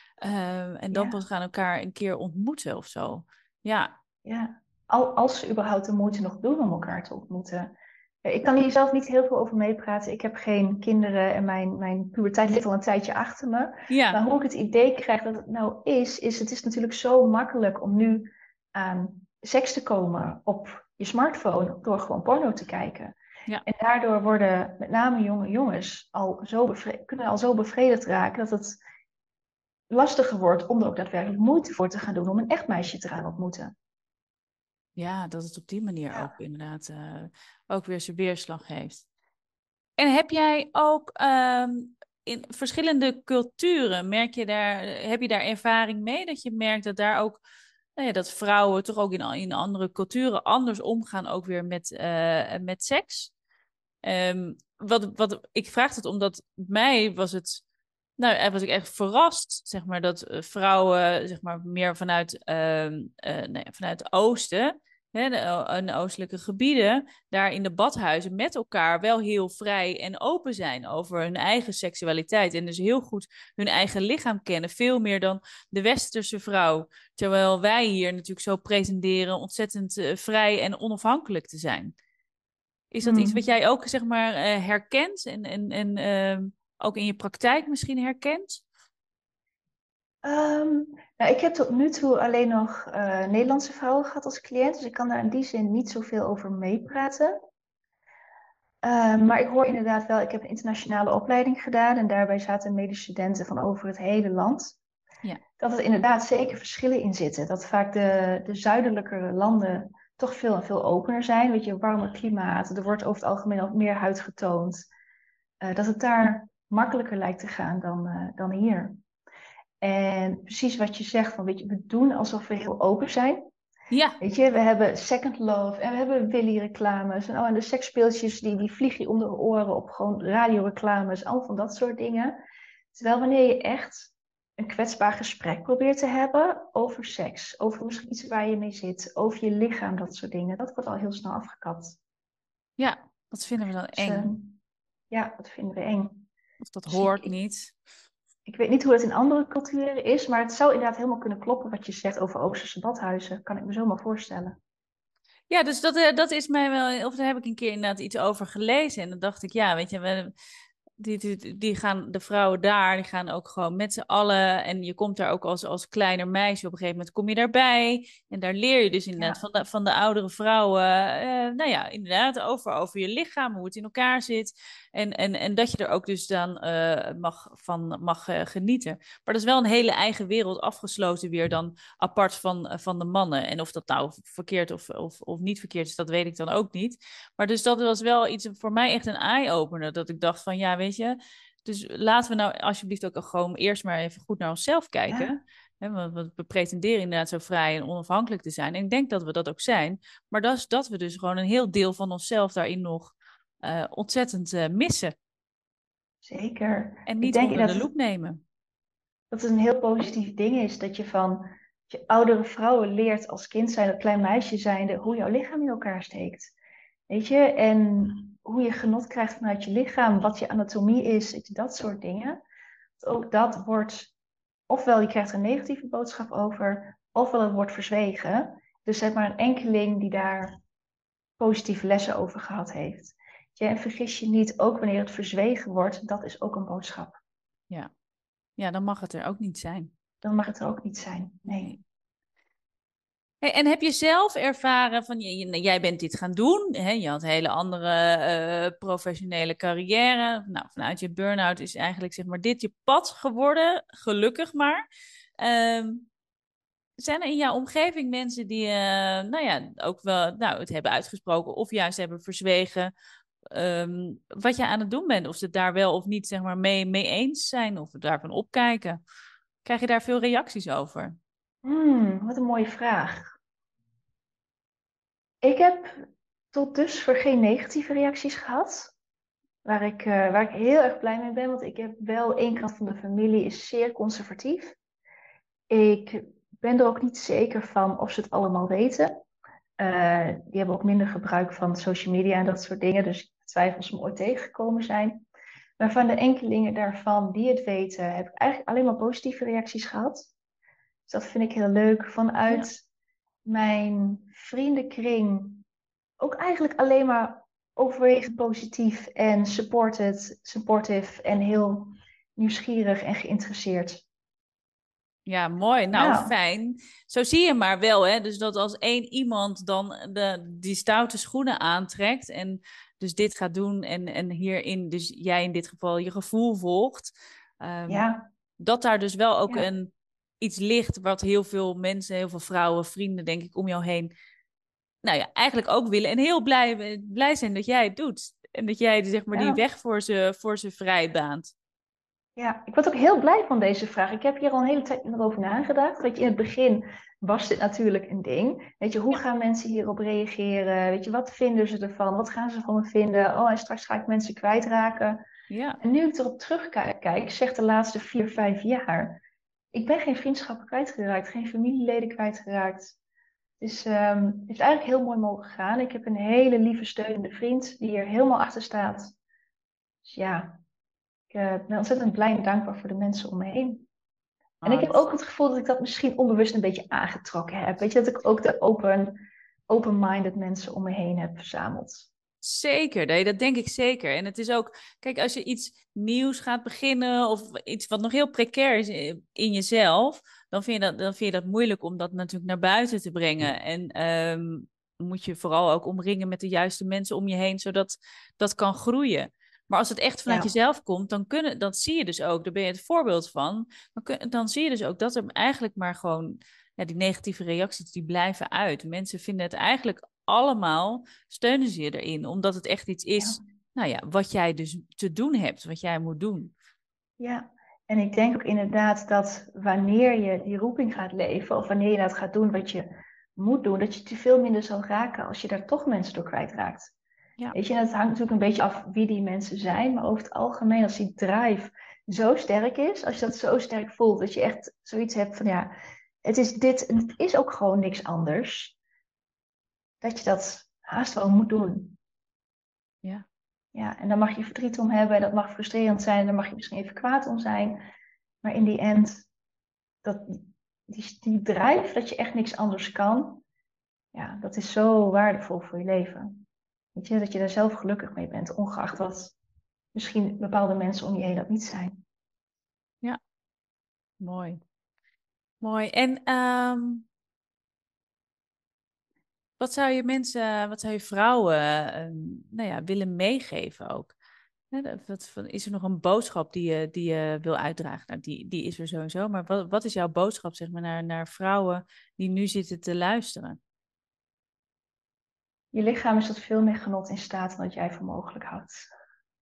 uh, en dan pas ja, gaan elkaar een keer ontmoeten of zo. Ja, ja. Al, als ze überhaupt de moeite nog doen om elkaar te ontmoeten. Ik kan hier zelf niet heel veel over meepraten. Ik heb geen kinderen en mijn, mijn puberteit ligt al een tijdje achter me. Maar ja, hoe ik het idee krijg dat het nou is, is het is natuurlijk zo makkelijk om nu aan seks te komen op je smartphone door gewoon porno te kijken. ja. En daardoor worden met name jonge jongens al zo bevre- kunnen al zo bevredigd raken dat het lastiger wordt om er ook daadwerkelijk moeite voor te gaan doen om een echt meisje te gaan ontmoeten. Ja, dat het op die manier ook Ja. inderdaad uh, ook weer zijn weerslag heeft. En heb jij ook um, in verschillende culturen, merk je daar, heb je daar ervaring mee? Dat je merkt dat daar ook, nou ja, dat vrouwen toch ook in, in andere culturen anders omgaan ook weer met, uh, met seks? Um, wat, wat, ik vraag het omdat mij was het, nou, eh, was ik echt verrast, zeg maar, dat uh, vrouwen, zeg maar, meer vanuit, uh, uh, nee, vanuit het oosten, hè, de, de oostelijke gebieden, daar in de badhuizen met elkaar wel heel vrij en open zijn over hun eigen seksualiteit. En dus heel goed hun eigen lichaam kennen, veel meer dan de westerse vrouw. Terwijl wij hier natuurlijk zo presenteren ontzettend uh, vrij en onafhankelijk te zijn. Is dat iets wat Hmm. jij ook, zeg maar, uh, herkent en, en, en uh, ook in je praktijk misschien herkent? Um, nou, ik heb tot nu toe alleen nog uh, Nederlandse vrouwen gehad als cliënt, dus ik kan daar in die zin niet zoveel over meepraten. Um, maar ik hoor inderdaad wel, ik heb een internationale opleiding gedaan en daarbij zaten medestudenten van over het hele land. Ja, Dat er inderdaad zeker verschillen in zitten. Dat vaak de, de zuidelijke landen toch veel en veel opener zijn. Weet je, warmer klimaat, er wordt over het algemeen ook meer huid getoond. Uh, dat het daar makkelijker lijkt te gaan dan, uh, dan hier. En precies wat je zegt, van, weet je, we doen alsof we heel open zijn. ja, Weet je, we hebben Second Love en we hebben Willy-reclames. En, oh, en de seksspeeltjes die, die vliegen je om de oren op gewoon radioreclames. Al van dat soort dingen. Terwijl wanneer je echt een kwetsbaar gesprek probeert te hebben over seks. Over misschien iets waar je mee zit. Over je lichaam, dat soort dingen. Dat wordt al heel snel afgekapt. ja, dat vinden we dan Dus uh, eng. ja, dat vinden we eng. Of dat Dus ik, hoort ik, niet. ik weet niet hoe het in andere culturen is. Maar het zou inderdaad helemaal kunnen kloppen wat je zegt over Oosterse badhuizen. Kan ik me zomaar voorstellen. Ja, dus dat, uh, dat is mij wel, of daar heb ik een keer inderdaad iets over gelezen. En dan dacht ik, ja, weet je, we, die, die, die gaan, de vrouwen daar, die gaan ook gewoon met z'n allen. En je komt daar ook als, als kleiner meisje, op een gegeven moment kom je daarbij. En daar leer je dus inderdaad Ja, van de, van de oudere vrouwen, uh, nou ja, inderdaad, over, over je lichaam, hoe het in elkaar zit. En, en, en dat je er ook dus dan uh, mag, van mag uh, genieten. Maar dat is wel een hele eigen wereld afgesloten weer dan apart van, uh, van de mannen. En of dat nou verkeerd of, of, of niet verkeerd is, dat weet ik dan ook niet. Maar dus dat was wel iets voor mij echt een eye-opener. Dat ik dacht van ja, weet je. Dus laten we nou alsjeblieft ook gewoon eerst maar even goed naar onszelf kijken. Ja, He, want we pretenderen inderdaad zo vrij en onafhankelijk te zijn. En ik denk dat we dat ook zijn. Maar dat is dat we dus gewoon een heel deel van onszelf daarin nog uh, ontzettend uh, missen. zeker. En Ik niet denk onder de dat, loep nemen. dat het een heel positief ding is dat je van je oudere vrouwen leert als kind zijn, een klein meisje zijnde, hoe jouw lichaam in elkaar steekt. Weet je, en hoe je genot krijgt vanuit je lichaam, wat je anatomie is, weet je, dat soort dingen. Ook dat wordt, ofwel je krijgt er een negatieve boodschap over, ofwel het wordt verzwegen. Dus zeg maar een enkeling die daar positieve lessen over gehad heeft. Ja, en vergis je niet, ook wanneer het verzwegen wordt, dat is ook een boodschap. Ja. Ja, dan mag het er ook niet zijn. Dan mag het er ook niet zijn. Nee. Nee. Hey, en heb je zelf ervaren van, je, jij bent dit gaan doen, hè? Je had een hele andere uh, professionele carrière. Nou, vanuit je burn-out is eigenlijk zeg maar dit je pad geworden, gelukkig maar. Um, zijn er in jouw omgeving mensen die, uh, nou ja, ook wel nou, het hebben uitgesproken of juist hebben verzwegen um, wat je aan het doen bent? Of ze het daar wel of niet zeg maar mee, mee eens zijn of daarvan opkijken? Krijg je daar veel reacties over? Hmm, wat een mooie vraag. Ik heb tot dusver geen negatieve reacties gehad. Waar ik, uh, waar ik heel erg blij mee ben. Want ik heb wel één kant van de familie is zeer conservatief. Ik ben er ook niet zeker van of ze het allemaal weten. Uh, die hebben ook minder gebruik van social media en dat soort dingen. Dus ik twijfel of ze me ooit tegengekomen zijn. Maar van de enkelingen daarvan die het weten, heb ik eigenlijk alleen maar positieve reacties gehad. Dus dat vind ik heel leuk. Ja. Vanuit mijn vriendenkring ook eigenlijk alleen maar overwegend positief en supported, supportive en heel nieuwsgierig en geïnteresseerd. Ja, mooi. Nou, Ja, fijn. Zo zie je maar wel, hè. Dus dat als één iemand dan de, die stoute schoenen aantrekt en dus dit gaat doen en, en hierin, dus jij in dit geval je gevoel volgt, um, ja, dat daar dus wel ook ja, een, iets ligt wat heel veel mensen, heel veel vrouwen, vrienden, denk ik, om jou heen, nou ja, eigenlijk ook willen en heel blij, blij zijn dat jij het doet. En dat jij, zeg maar, die ja. weg voor ze, voor ze vrij baant. Ja, ik word ook heel blij van deze vraag. Ik heb hier al een hele tijd over nagedacht. Weet je, in het begin was dit natuurlijk een ding. Weet je, hoe gaan mensen hierop reageren? Weet je, wat vinden ze ervan? Wat gaan ze van me vinden? Oh, en straks ga ik mensen kwijtraken. Ja, En nu ik erop terugkijk, ik zeg de laatste vier, vijf jaar. Ik ben geen vriendschappen kwijtgeraakt, geen familieleden kwijtgeraakt. Dus um, het is eigenlijk heel mooi mogen gaan. Ik heb een hele lieve, steunende vriend die hier helemaal achter staat. Dus ja, ik uh, ben ontzettend blij en dankbaar voor de mensen om me heen. En ik oh, heb dat ook het gevoel dat ik dat misschien onbewust een beetje aangetrokken heb. Weet je, dat ik ook de open, open-minded mensen om me heen heb verzameld. zeker, nee, dat denk ik zeker. En het is ook, kijk, als je iets nieuws gaat beginnen of iets wat nog heel precair is in jezelf, dan vind je dat, dan vind je dat moeilijk om dat natuurlijk naar buiten te brengen. En um, moet je vooral ook omringen met de juiste mensen om je heen, zodat dat kan groeien. Maar als het echt vanuit Ja, jezelf komt, dan, kunnen, dan zie je dus ook, daar ben je het voorbeeld van, dan, kun, dan zie je dus ook dat er eigenlijk maar gewoon, ja, die negatieve reacties, die blijven uit. Mensen vinden het eigenlijk allemaal, steunen ze je erin, omdat het echt iets is, ja, nou ja, wat jij dus te doen hebt, wat jij moet doen. ja. En ik denk ook inderdaad dat wanneer je die roeping gaat leven, of wanneer je dat gaat doen wat je moet doen, dat je te veel minder zal raken als je daar toch mensen door kwijtraakt. Ja, Weet je, en het hangt natuurlijk een beetje af wie die mensen zijn, maar over het algemeen, als die drive zo sterk is, als je dat zo sterk voelt, dat je echt zoiets hebt van ja, het is dit en het is ook gewoon niks anders, dat je dat haast wel moet doen. ja, Ja, en dan mag je verdriet om hebben, en dat mag frustrerend zijn, daar mag je misschien even kwaad om zijn, maar in die end, dat, die, die drive, dat je echt niks anders kan, ja, dat is zo waardevol voor je leven. Weet je, dat je daar zelf gelukkig mee bent, ongeacht wat misschien bepaalde mensen om je heen dat niet zijn. ja, mooi. Mooi. En um, wat zou je mensen, wat zou je vrouwen, um, nou ja, willen meegeven ook? Hè, dat- wat, van, is er nog een boodschap die je, die je wil uitdragen? Nou, die, die is er sowieso. Maar wat, wat is jouw boodschap, zeg maar, naar, naar vrouwen die nu zitten te luisteren? Je lichaam is tot veel meer genot in staat dan dat jij voor mogelijk houdt.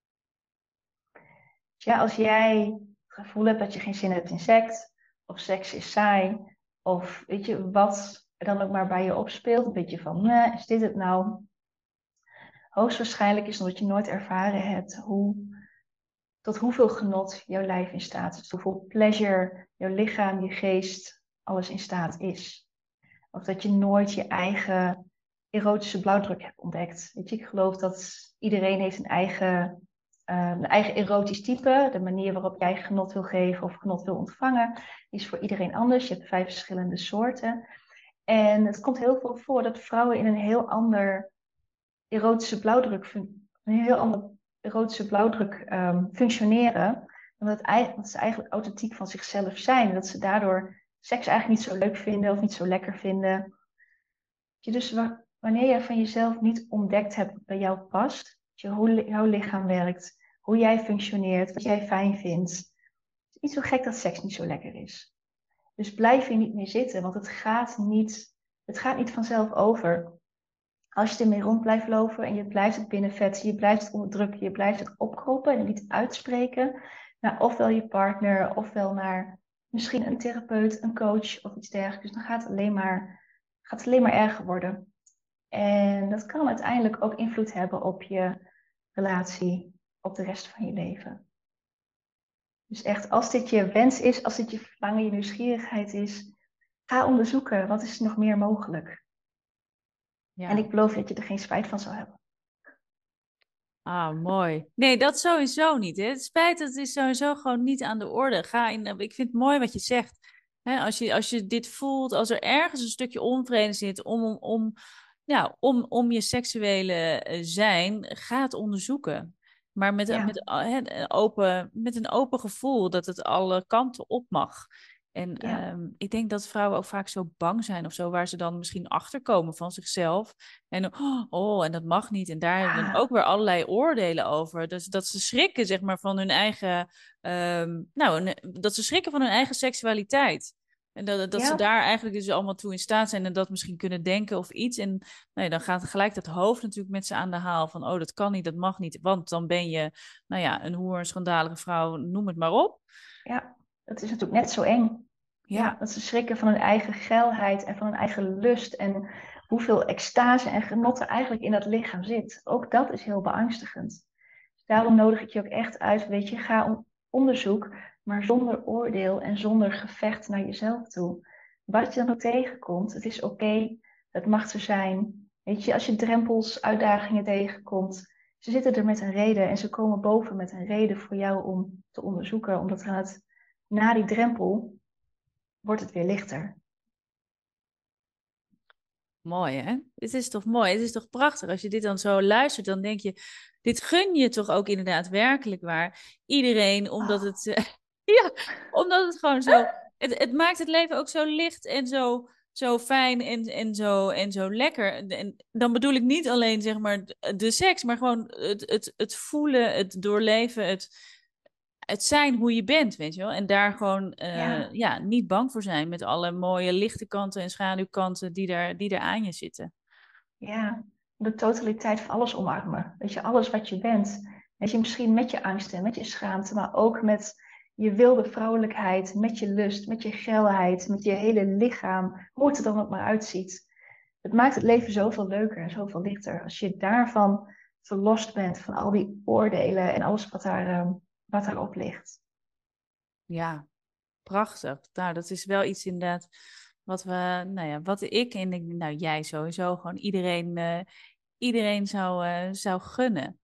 Dus ja, als jij het gevoel hebt dat je geen zin hebt in seks, of seks is saai, of weet je, wat er dan ook maar bij je opspeelt, een beetje van, nee, is dit het nou? Hoogstwaarschijnlijk is het omdat je nooit ervaren hebt hoe, tot hoeveel genot jouw lijf in staat is, hoeveel pleasure jouw lichaam, je geest, alles in staat is. Of dat je nooit je eigen erotische blauwdruk hebt ontdekt. Weet je, ik geloof dat iedereen heeft een eigen, uh, een eigen erotisch type. De manier waarop jij genot wil geven of genot wil ontvangen, is voor iedereen anders. Je hebt vijf verschillende soorten. En het komt heel veel voor dat vrouwen in een heel ander erotische blauwdruk, een heel ander erotische blauwdruk um, functioneren. Omdat het, dat ze eigenlijk authentiek van zichzelf zijn. En dat ze daardoor seks eigenlijk niet zo leuk vinden of niet zo lekker vinden. Dus wanneer je van jezelf niet ontdekt hebt wat bij jou past, hoe jouw lichaam werkt, hoe jij functioneert, wat jij fijn vindt, het is niet zo gek dat seks niet zo lekker is. Dus blijf hier niet meer zitten, want het gaat niet, het gaat niet vanzelf over. Als je ermee rond blijft lopen en je blijft het binnenvetten, je blijft het onderdrukken, je blijft het opkroppen en niet uitspreken naar ofwel je partner, ofwel naar misschien een therapeut, een coach of iets dergelijks, dan gaat het alleen maar, gaat het alleen maar erger worden. En dat kan uiteindelijk ook invloed hebben op je relatie, op de rest van je leven. Dus echt, als dit je wens is, als dit je verlangen, je nieuwsgierigheid is, ga onderzoeken, wat is er nog meer mogelijk? Ja. En ik beloof dat je er geen spijt van zal hebben. Ah, mooi. Nee, dat sowieso niet. Hè. Het spijt, dat is sowieso gewoon niet aan de orde. Ga in, ik vind het mooi wat je zegt. Hè, als je, als je dit voelt, als er ergens een stukje onvrede zit om, om, om, ja, om, om je seksuele uh, zijn, ga het onderzoeken. Maar met, ja. met, uh, een open, met een open gevoel dat het alle kanten op mag. En ja. um, ik denk dat vrouwen ook vaak zo bang zijn of zo, waar ze dan misschien achterkomen van zichzelf. En oh, en dat mag niet. En daar ja. dan ook weer allerlei oordelen over. Dus dat ze schrikken, zeg maar, van hun eigen, um, nou, dat ze schrikken van hun eigen seksualiteit. En dat, dat ja. ze daar eigenlijk dus allemaal toe in staat zijn en dat misschien kunnen denken of iets. En nee, dan gaat gelijk dat hoofd natuurlijk met ze aan de haal van, oh, dat kan niet, dat mag niet. Want dan ben je, nou ja, een hoer, een schandalige vrouw, noem het maar op. Ja, dat is natuurlijk net zo eng. Ja. ja, dat ze schrikken van hun eigen geilheid en van hun eigen lust en hoeveel extase en genot er eigenlijk in dat lichaam zit. Ook dat is heel beangstigend. Dus daarom nodig ik je ook echt uit, weet je, ga op onderzoek, maar zonder oordeel en zonder gevecht naar jezelf toe. Wat je dan ook tegenkomt, het is oké, okay, het mag er zijn. Weet je, als je drempels, uitdagingen tegenkomt, ze zitten er met een reden en ze komen boven met een reden voor jou om te onderzoeken, omdat er aan het, na die drempel wordt het weer lichter. Mooi, hè? Dit is toch mooi? Het is toch prachtig? Als je dit dan zo luistert, dan denk je, dit gun je toch ook inderdaad werkelijk waar. Iedereen, omdat oh. het, uh, ja, omdat het gewoon zo, het, het maakt het leven ook zo licht en zo, zo fijn en, en, zo, en zo lekker. En dan bedoel ik niet alleen, zeg maar, de seks, maar gewoon het, het, het voelen, het doorleven, het... Het zijn hoe je bent, weet je wel. En daar gewoon uh, ja. Ja, niet bang voor zijn met alle mooie lichte kanten en schaduwkanten die er, die er aan je zitten. Ja, de totaliteit van alles omarmen. Weet je, alles wat je bent. Weet je, misschien met je angsten, met je schaamte, maar ook met je wilde vrouwelijkheid, met je lust, met je geilheid, met je hele lichaam. Hoe het er dan ook maar uitziet. Het maakt het leven zoveel leuker en zoveel lichter. Als je daarvan verlost bent, van al die oordelen en alles wat daar... Uh, wat erop ligt. Ja, prachtig. Nou, dat is wel iets inderdaad wat we, nou ja, wat ik en ik, nou jij sowieso, gewoon iedereen, uh, iedereen zou, uh, zou gunnen.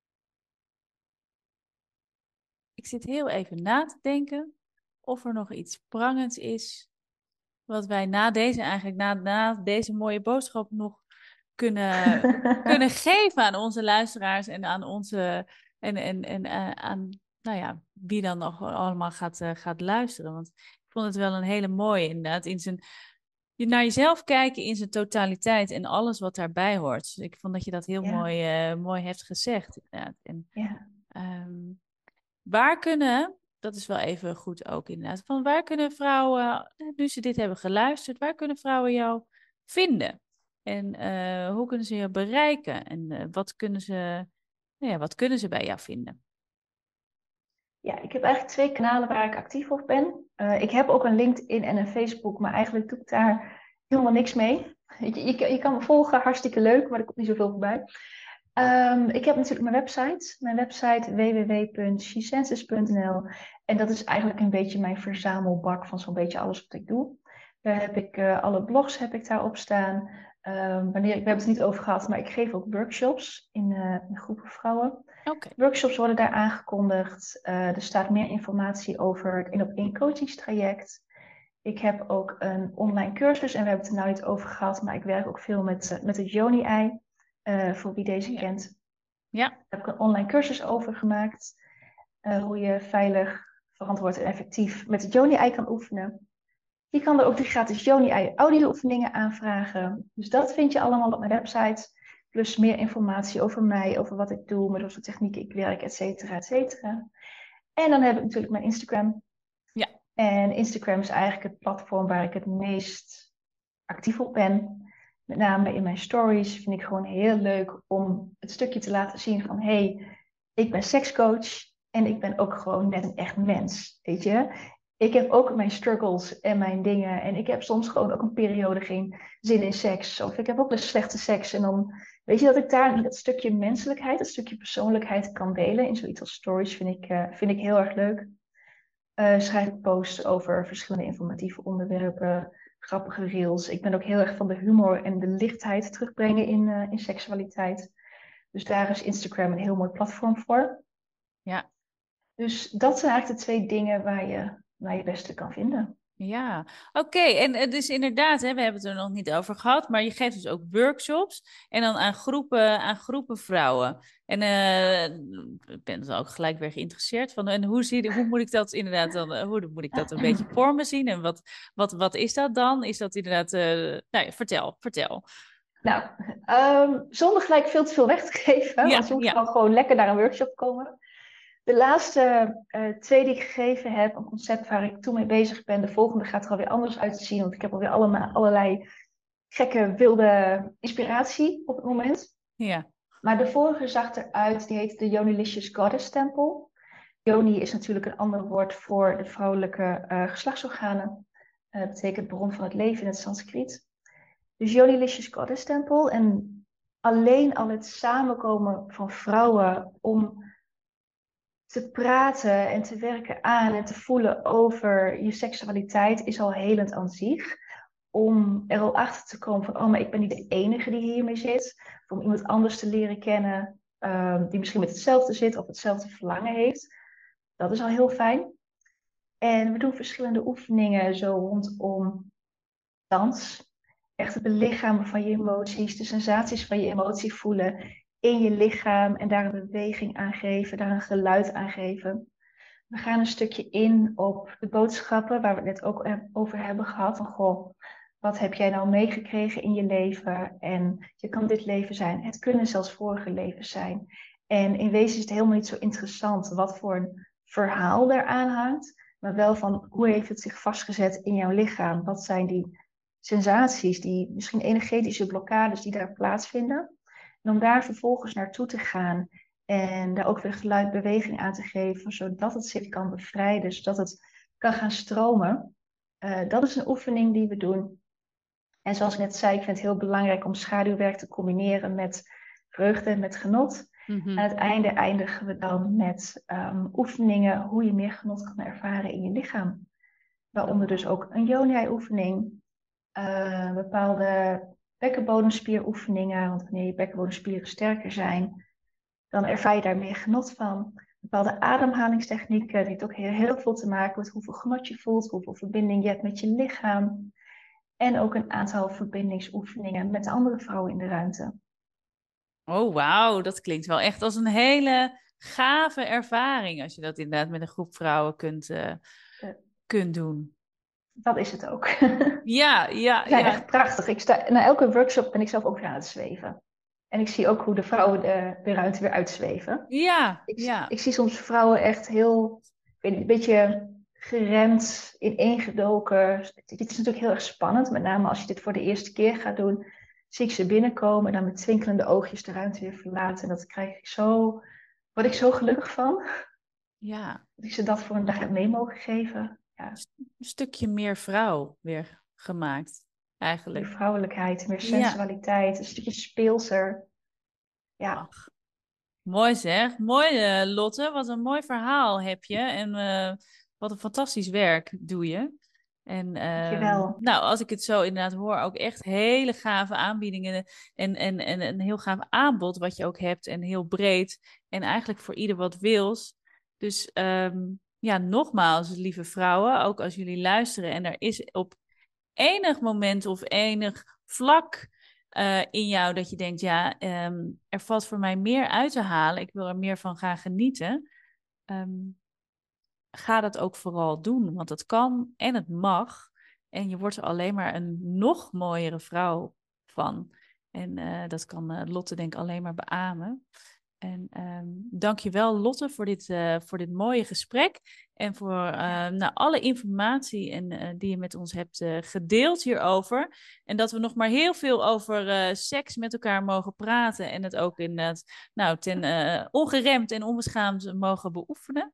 Ik zit heel even na te denken of er nog iets prangends is wat wij na deze, eigenlijk na, na deze mooie boodschap nog kunnen, kunnen geven aan onze luisteraars en aan onze, en, en, en uh, aan nou ja, wie dan nog allemaal gaat, uh, gaat luisteren. Want ik vond het wel een hele mooie inderdaad. In zijn, je naar jezelf kijken in zijn totaliteit en alles wat daarbij hoort. Dus ik vond dat je dat heel ja. mooi, uh, mooi hebt gezegd. Inderdaad. En ja. Um, waar kunnen, dat is wel even goed ook inderdaad, van waar kunnen vrouwen, nu ze dit hebben geluisterd, waar kunnen vrouwen jou vinden? En uh, hoe kunnen ze je bereiken? En uh, wat kunnen ze, nou ja, wat kunnen ze bij jou vinden? Ja, ik heb eigenlijk twee kanalen waar ik actief op ben. Uh, ik heb ook een LinkedIn en een Facebook, maar eigenlijk doe ik daar helemaal niks mee. Je, je, je kan me volgen, hartstikke leuk, maar er komt niet zoveel voorbij. Um, ik heb natuurlijk mijn website. Mijn website w w w punt she senses punt n l. En dat is eigenlijk een beetje mijn verzamelbak van zo'n beetje alles wat ik doe. Daar heb ik uh, alle blogs heb ik daarop staan. Um, wanneer, we hebben het er niet over gehad, maar ik geef ook workshops in, uh, in groepen vrouwen. Okay. Workshops worden daar aangekondigd. Uh, er staat meer informatie over het één op één coachingstraject. Ik heb ook een online cursus en we hebben het er nou niet over gehad, maar ik werk ook veel met, uh, met het Yoni-ei. Uh, voor wie deze ja. kent. Ja. Daar heb ik een online cursus over gemaakt. Uh, hoe je veilig, verantwoord en effectief met het Yoni-ei kan oefenen. Je kan er ook de gratis Yoni-ei audio-oefeningen aanvragen. Dus dat vind je allemaal op mijn website. Plus meer informatie over mij, over wat ik doe, met wat voor technieken ik werk, et cetera, et cetera. En dan heb ik natuurlijk mijn Instagram. Ja. En Instagram is eigenlijk het platform waar ik het meest actief op ben. Met name in mijn stories vind ik gewoon heel leuk om het stukje te laten zien van hé, hey, ik ben sekscoach en ik ben ook gewoon net een echt mens, weet je. Ik heb ook mijn struggles en mijn dingen en ik heb soms gewoon ook een periode geen zin in seks. Of ik heb ook een slechte seks en dan weet je dat ik daar dat stukje menselijkheid, dat stukje persoonlijkheid kan delen in zoiets als stories vind ik, uh, vind ik heel erg leuk. Uh, schrijf ik posts over verschillende informatieve onderwerpen, grappige reels. Ik ben ook heel erg van de humor en de lichtheid terugbrengen in, uh, in seksualiteit. Dus daar is Instagram een heel mooi platform voor. Ja. Dus dat zijn eigenlijk de twee dingen waar je, waar je het beste kan vinden. Ja, oké. Okay. En dus inderdaad, hè, we hebben het er nog niet over gehad, maar je geeft dus ook workshops en dan aan groepen, aan groepen vrouwen. En uh, ik ben dus ook gelijk weer geïnteresseerd van, en hoe, zie, hoe moet ik dat inderdaad dan, hoe moet ik dat een beetje voor me zien? En wat, wat, wat is dat dan? Is dat inderdaad, uh, nou ja, vertel, vertel. Nou, um, zonder gelijk veel te veel weg te geven, ja, want je moet ja. wel gewoon lekker naar een workshop komen. De laatste uh, twee die ik gegeven heb, een concept waar ik toen mee bezig ben. De volgende gaat er alweer anders uitzien, want ik heb alweer allemaal, allerlei gekke, wilde inspiratie op het moment. Ja. Maar de vorige zag eruit, die heet de Yonilicious Goddess Tempel. Yoni is natuurlijk een ander woord voor de vrouwelijke uh, geslachtsorganen. Dat uh, betekent bron van het leven in het Sanskriet. Dus Yonilicious Goddess Tempel. En alleen al het samenkomen van vrouwen om te praten en te werken aan en te voelen over je seksualiteit is al helend aan zich. Om er al achter te komen van, oh, maar ik ben niet de enige die hiermee zit. Of om iemand anders te leren kennen um, die misschien met hetzelfde zit of hetzelfde verlangen heeft. Dat is al heel fijn. En we doen verschillende oefeningen zo rondom dans. Echt het belichamen van je emoties, de sensaties van je emotie voelen in je lichaam en daar een beweging aan geven, daar een geluid aan geven. We gaan een stukje in op de boodschappen waar we het net ook over hebben gehad. Van goh, wat heb jij nou meegekregen in je leven? En je kan dit leven zijn. Het kunnen zelfs vorige levens zijn. En in wezen is het helemaal niet zo interessant wat voor een verhaal eraan hangt. Maar wel van hoe heeft het zich vastgezet in jouw lichaam? Wat zijn die sensaties, die misschien energetische blokkades die daar plaatsvinden? En om daar vervolgens naartoe te gaan en daar ook weer geluidbeweging aan te geven, zodat het zich kan bevrijden, zodat het kan gaan stromen. Uh, dat is een oefening die we doen. En zoals ik net zei, ik vind het heel belangrijk om schaduwwerk te combineren met vreugde en met genot. Mm-hmm. Aan het einde eindigen we dan met um, oefeningen hoe je meer genot kan ervaren in je lichaam. Waaronder dus ook een Yoni-oefening, uh, bepaalde bekkenbodemspieroefeningen, want wanneer je bekkenbodemspieren sterker zijn, dan ervaar je daar meer genot van. Bepaalde ademhalingstechnieken, die heeft ook heel, heel veel te maken met hoeveel genot je voelt, hoeveel verbinding je hebt met je lichaam. En ook een aantal verbindingsoefeningen met andere vrouwen in de ruimte. Oh, wauw, dat klinkt wel echt als een hele gave ervaring, als je dat inderdaad met een groep vrouwen kunt, uh, uh, kunt doen. Dat is het ook. Ja, ja, Ze zijn ja. echt prachtig. Ik sta, na elke workshop ben ik zelf ook weer aan het zweven. En ik zie ook hoe de vrouwen de, de ruimte weer uitzweven. Ja, Ik, ja. ik zie soms vrouwen echt heel, ik weet niet, een beetje geremd, ineengedoken. Dit is natuurlijk heel erg spannend, met name als je dit voor de eerste keer gaat doen. Zie ik ze binnenkomen en dan met twinkelende oogjes de ruimte weer verlaten. En dat krijg ik zo, word ik zo gelukkig van. Ja. Dat ik ze dat voor een dag heb mee mogen geven. Ja, Een stukje meer vrouw weer gemaakt, meer eigenlijk. vrouwelijkheid, meer Ja. sensualiteit, een stukje speelser. Ja, Ach, mooi zeg. Mooi, eh, Lotte. Wat een mooi verhaal heb je. En eh, wat een fantastisch werk doe je. En ehm, dankjewel. nou, als ik het zo inderdaad hoor, ook echt hele gave aanbiedingen en, en, en een heel gaaf aanbod wat je ook hebt en heel breed en eigenlijk voor ieder wat wils. Dus ehm, ja, nogmaals, lieve vrouwen, ook als jullie luisteren en er is op enig moment of enig vlak uh, in jou dat je denkt, ja, um, er valt voor mij meer uit te halen, ik wil er meer van gaan genieten. Um, ga dat ook vooral doen, want het kan en het mag. En je wordt er alleen maar een nog mooiere vrouw van. En uh, dat kan uh, Lotte denk ik alleen maar beamen. En um, dank je wel Lotte voor dit, uh, voor dit mooie gesprek. En voor uh, nou, alle informatie en, uh, die je met ons hebt uh, gedeeld hierover. En dat we nog maar heel veel over uh, seks met elkaar mogen praten. En het ook inderdaad nou, ten uh, ongeremd en onbeschaamd mogen beoefenen.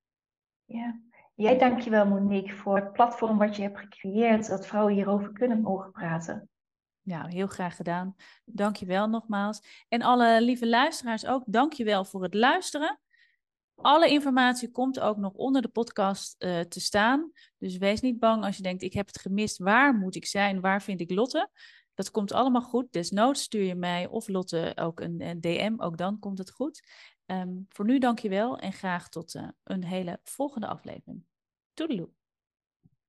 Ja. Jij dankjewel Monique voor het platform wat je hebt gecreëerd, dat vrouwen hierover kunnen mogen praten. Ja, heel graag gedaan. Dank je wel nogmaals. En alle lieve luisteraars ook, dank je wel voor het luisteren. Alle informatie komt ook nog onder de podcast uh, te staan. Dus wees niet bang als je denkt, ik heb het gemist. Waar moet ik zijn? Waar vind ik Lotte? Dat komt allemaal goed. Desnoods stuur je mij of Lotte ook een, een D M. Ook dan komt het goed. Um, voor nu dank je wel en graag tot uh, een hele volgende aflevering. Toedeloe.